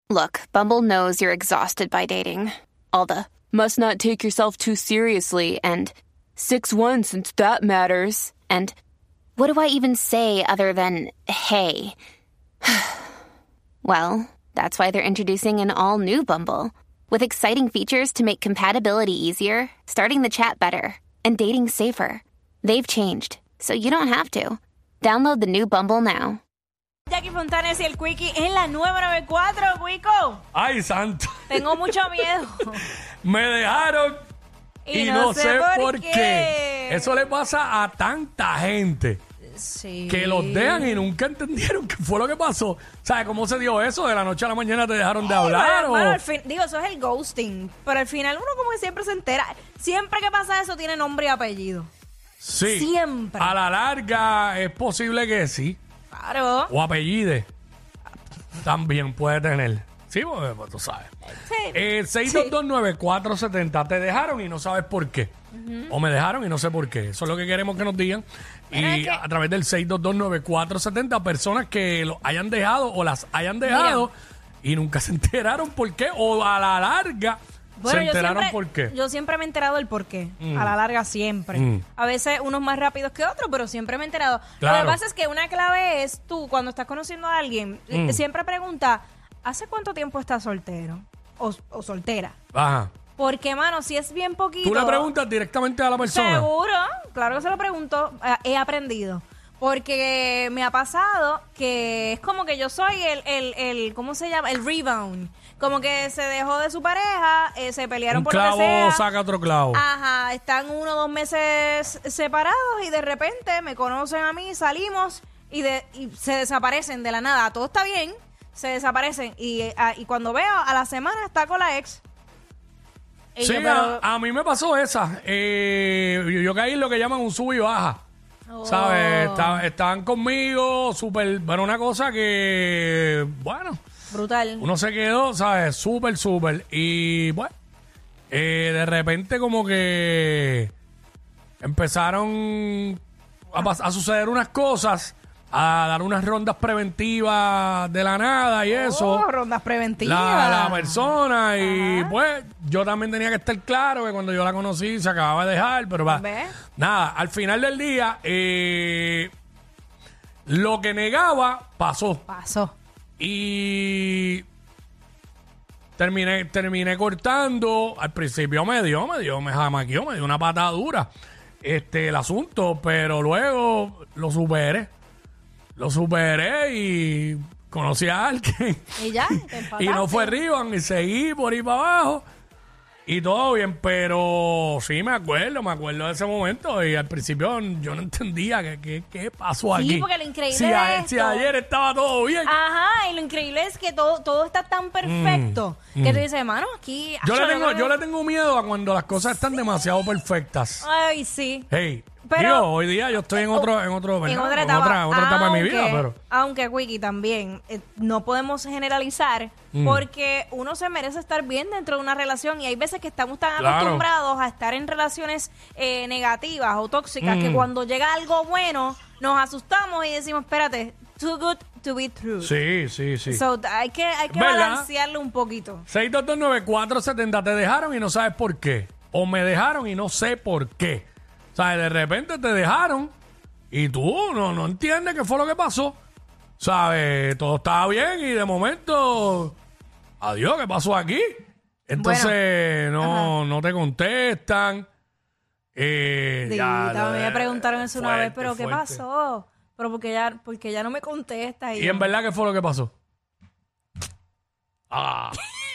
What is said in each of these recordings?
Look, Bumble knows you're exhausted by dating. All the must not take yourself too seriously and 6'1" since that matters. And what do I even say other than hey? Well, that's why they're introducing an all-new Bumble with exciting features to make compatibility easier, starting the chat better, and dating safer. They've changed, so you don't have to. Download the new Bumble now. Jackie Fontanes y el Quickie en la 994, Quico. Ay, santo. Tengo mucho miedo. Me dejaron y no sé por qué. Eso le pasa a tanta gente. Sí. Que los dejan y nunca entendieron qué fue lo que pasó. ¿Sabes cómo se dio eso? De la noche a la mañana te dejaron de hablar. Bueno, al fin, digo, eso es el ghosting. Pero al final uno como que siempre se entera. Siempre que pasa eso tiene nombre y apellido. Sí. Siempre. A la larga es posible que sí. Claro. O apellide. También puede tener. Sí, pues tú sabes. Sí. 6229470. Te dejaron y no sabes por qué. O me dejaron y no sé por qué. Eso es lo que queremos que nos digan. Pero Y es que a través del 6229470, personas que lo hayan dejado o las hayan dejado y nunca se enteraron por qué. O a la larga Bueno, se enteraron por qué. Yo siempre me he enterado del por qué. A la larga siempre. A veces unos más rápidos que otros, pero siempre me he enterado. Claro. Lo que pasa es que una clave es tú, cuando estás conociendo a alguien, siempre pregunta, ¿hace cuánto tiempo estás soltero? O soltera. Ajá. Porque, mano, si es bien poquito... Tú le preguntas directamente a la persona. Seguro, claro que se lo pregunto. He aprendido. Porque me ha pasado que es como que yo soy el ¿cómo se llama? El rebound. Como que se dejó de su pareja, se pelearon Un por lo que clavo sea. saca otro clavo. Ajá, están 1 o 2 meses separados y de repente me conocen a mí, salimos y se desaparecen de la nada. Todo está bien, se desaparecen y cuando veo a la semana está con la ex. Y Sí, yo, pero- a mí me pasó esa. Yo caí en lo que llaman un sub y baja. Oh. ¿Sabes? Estaban conmigo, súper. Bueno, una cosa que. Bueno, Brutal. uno se quedó, ¿sabes? Súper. Y bueno, de repente, como que. Empezaron a suceder unas cosas, a dar unas rondas preventivas de la nada y eso. Oh, rondas preventivas. La persona y pues yo también tenía que estar claro que cuando yo la conocí se acababa de dejar, pero ¿Ves? nada, al final del día lo que negaba pasó Pasó. y terminé cortando. Al principio me jamaqueó, me dio una patada dura el asunto, pero luego lo superé y conocí a alguien. Y ya, te Y empataste. no fue Rivan y seguí por ahí para abajo. Y todo bien, pero sí me acuerdo de ese momento. Y al principio yo no entendía qué pasó Sí, aquí. porque lo increíble si, de si esto- ayer estaba todo bien. Ajá, y lo increíble es que todo está tan perfecto que tú dices, hermano, aquí... Yo le tengo miedo a cuando las cosas están demasiado perfectas. Ay, sí. Hey, Pero- digo, hoy día yo estoy en otra En etapa, otra etapa. otra etapa de mi vida, pero Aunque, Wiki, también no podemos generalizar porque uno se merece estar bien dentro de una relación y hay veces que estamos tan Claro. acostumbrados a estar en relaciones negativas o tóxicas que cuando llega algo bueno nos asustamos y decimos, espérate, too good to be true. sí. So, hay que ¿Verdad? balancearlo un poquito. 6229470, te dejaron y no sabes por qué. O me dejaron y no sé por qué. O sea, de repente te dejaron y tú no entiendes qué fue lo que pasó. ¿Sabes? Todo estaba bien y de momento, adiós, ¿qué pasó aquí? Entonces no te contestan. También me preguntaron eso una vez, pero ¿qué fuerte. pasó? Pero porque ya no me contesta. Y en verdad, ¿qué fue lo que pasó? Ah.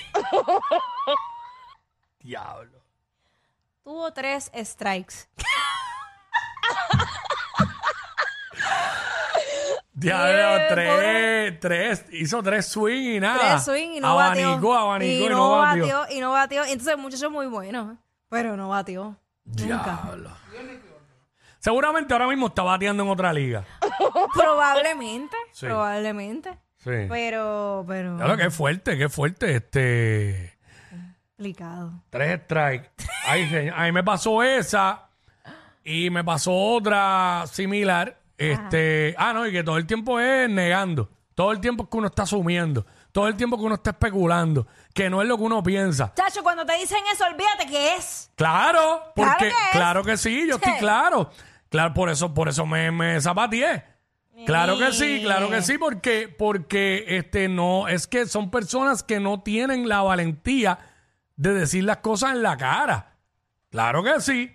Diablo. Tuvo 3 strikes. Diablo, Bien, tres. Hizo 3 swing y nada. 3 swing y no batió. Abanicó y no batió. Y no batió. Entonces, el muchacho muy bueno. Pero no batió. Nunca. Diablo. Seguramente ahora mismo está bateando en otra liga. Probablemente. Sí. Probablemente. Sí. Pero. Claro, qué fuerte. Complicado. 3 strikes. Ay, a mí me pasó esa y me pasó otra similar. Y que todo el tiempo es negando. Todo el tiempo es que uno está asumiendo. todo el tiempo que uno está especulando, que no es lo que uno piensa. Chacho, cuando te dicen eso, olvídate que es. Claro, porque Claro que sí, yo estoy claro. Claro, por eso me zapateé. Claro que sí, porque no, es que son personas que no tienen la valentía de decir las cosas en la cara. Claro que sí.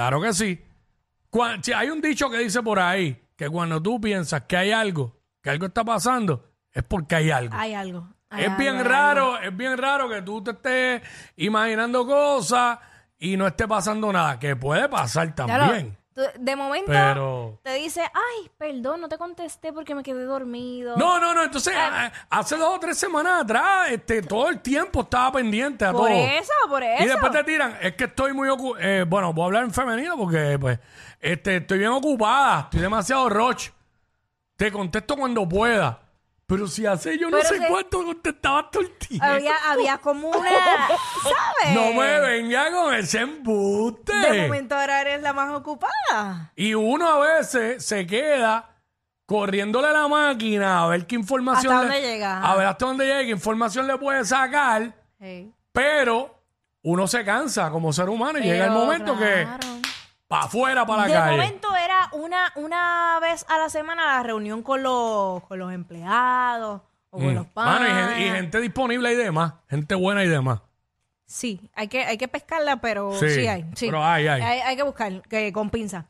Si hay un dicho que dice por ahí, que cuando tú piensas que hay algo, que algo está pasando, es porque hay algo. Hay algo. Es bien raro que tú te estés imaginando cosas y no esté pasando nada, que puede pasar también. De momento Pero te dice, ay, perdón, no te contesté porque me quedé dormido. no, entonces hace 2 o 3 semanas atrás, todo el tiempo estaba pendiente a Por todo. eso. Y después te tiran, es que estoy muy ocupado. Bueno, voy a hablar en femenino porque pues estoy bien ocupada, estoy demasiado roche. Te contesto cuando pueda. Pero si hace yo no sé cuánto contestaba todo el tiempo. Había como una, ¿sabes? No me venga con ese embuste. De momento ahora eres la más ocupada. Y uno a veces se queda corriéndole a la máquina a ver qué información ¿Hasta dónde llega? A ver hasta dónde llega, qué información le puede sacar. Hey. Pero uno se cansa como ser humano y Pero, llega el momento claro, que para afuera, para la de calle. momento era una vez a la semana la reunión con los empleados o con los Mano, padres. y gente disponible y demás. Gente buena y demás. Sí, hay que pescarla, pero Sí, sí hay. Sí. pero hay. Hay que buscar con pinza.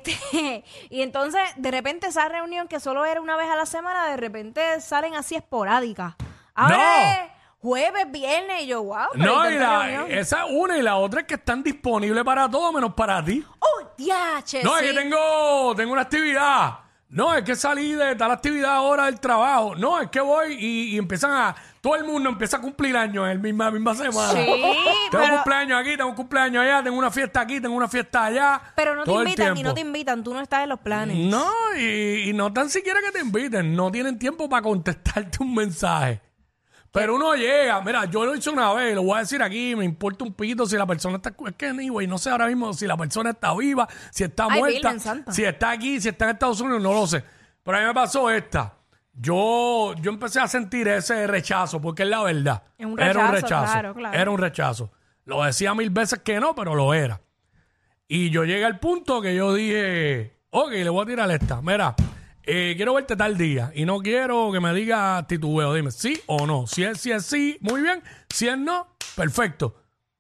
Y entonces, de repente, esa reunión que solo era una vez a la semana, de repente salen así esporádicas. Ahora es jueves, viernes, y yo, wow. No, esa es una y la otra es que están disponibles para todo menos para ti. ¡Oh, diache! No, sí. es que tengo una actividad. No, es que salí de tal actividad ahora del trabajo. No, es que voy y empiezan todo el mundo empieza a cumplir años en la misma semana. Sí, tengo cumpleaños aquí, tengo cumpleaños allá, tengo una fiesta aquí, tengo una fiesta allá. Pero no te todo el invitan y tiempo. no te invitan, tú no estás en los planes. No, y no tan siquiera que te inviten, no tienen tiempo para contestarte un mensaje. Pero uno llega, mira, yo lo hice una vez, lo voy a decir aquí, me importa un pito si la persona está... Es que, anyway, no sé ahora mismo si la persona está viva, si está Ay, muerta, Virgen Santa. si está aquí, si está en Estados Unidos, no lo sé. Pero a mí me pasó esta. Yo empecé a sentir ese rechazo, porque es la verdad. Es un Era un rechazo, rechazo. claro. Era un rechazo. Lo decía 1000 veces que no, pero lo era. Y yo llegué al punto que yo dije, ok, le voy a tirar esta. Mira, quiero verte tal día y no quiero que me diga titubeo. Dime sí o no. Si es sí, muy bien. Si es no, perfecto.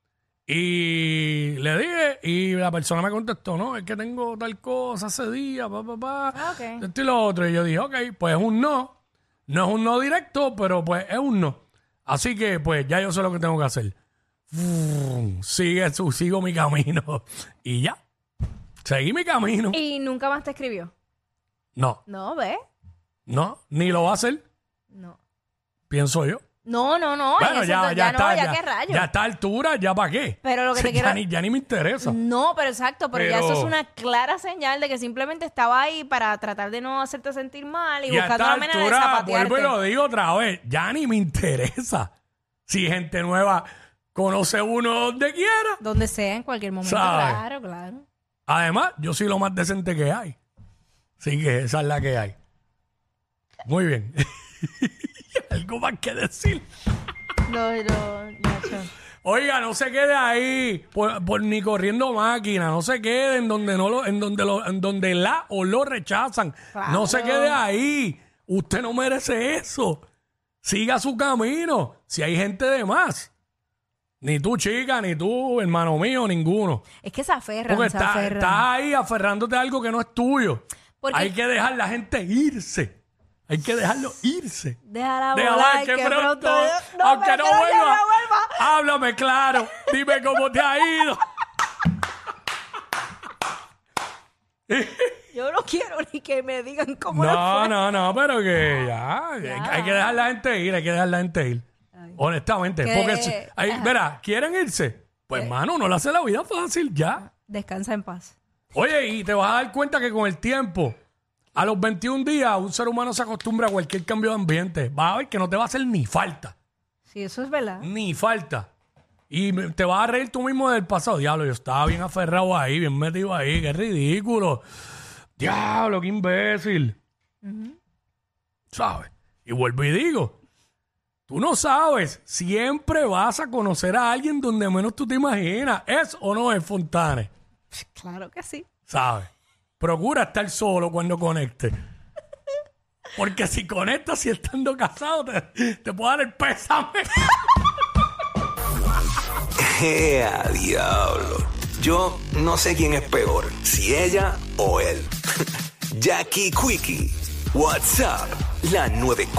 Y le dije, y la persona me contestó, no, es que tengo tal cosa ese día, Okay. esto y lo otro. Y yo dije, ok, pues es un no. No es un no directo, pero pues es un no. Así que pues ya yo sé lo que tengo que hacer. Sigo mi camino. Y ya. Seguí mi camino. Y nunca más te escribió. No, No, ¿ves? no, ni lo va a hacer, No. pienso yo. No. Bueno, ya está. qué rayos. Ya está a altura, ¿ya para qué? Pero lo que te quiero... Ya ni me interesa. No, pero exacto, pero ya Pero- eso es una clara señal de que simplemente estaba ahí para tratar de no hacerte sentir mal y Y a buscando esta la manera de altura, zapatearte. vuelvo y lo digo otra vez, ya ni me interesa. Si gente nueva conoce uno donde quiera. Donde sea, en cualquier momento. ¿Sabe? Claro. Además, yo soy lo más decente que hay. Así que esa es la que hay. Muy bien. Algo más que decir. No, Nacho. Oiga, no se quede ahí por ni corriendo máquina, no se quede en donde en donde la o lo rechazan. Claro. No se quede ahí. Usted no merece eso. Siga su camino. Si hay gente de más. Ni tú, chica, ni tú, hermano mío, ninguno. Es que se aferran, Porque se estás aferran. ahí aferrándote a algo que no es tuyo. Porque- Hay que dejar la gente irse. Hay que dejarlo irse. Déjala Déjala volar, que pronto, No, aunque pero no que vuelva, vuelva. háblame claro. Dime cómo te ha ido. Yo no quiero ni que me digan cómo le fue. No, pero que ya. Hay que dejar la gente ir, hay que dejar la gente ir. Honestamente. Que- Porque, verá, ¿quieren irse? Pues, mano, no le hace la vida fácil, ya. Descansa en paz. Oye, y te vas a dar cuenta que con el tiempo, a los 21 días, un ser humano se acostumbra a cualquier cambio de ambiente. Vas a ver que no te va a hacer ni falta. Sí, eso es verdad. Ni falta. Y te vas a reír tú mismo del pasado. Diablo, yo estaba bien aferrado ahí, bien metido ahí. Qué ridículo. Diablo, qué imbécil. ¿Sabes? Y vuelvo y digo, Tú no sabes, siempre vas a conocer a alguien donde menos tú te imaginas. ¿Es o no es, Fontanes? Claro que sí. ¿Sabes? Procura estar solo cuando conectes. Porque si conectas y estando casado, te puedo dar el pésame. ¡Ea, diablo! Yo no sé quién es peor, si ella o él. Jackie Quickie, WhatsApp, la 94.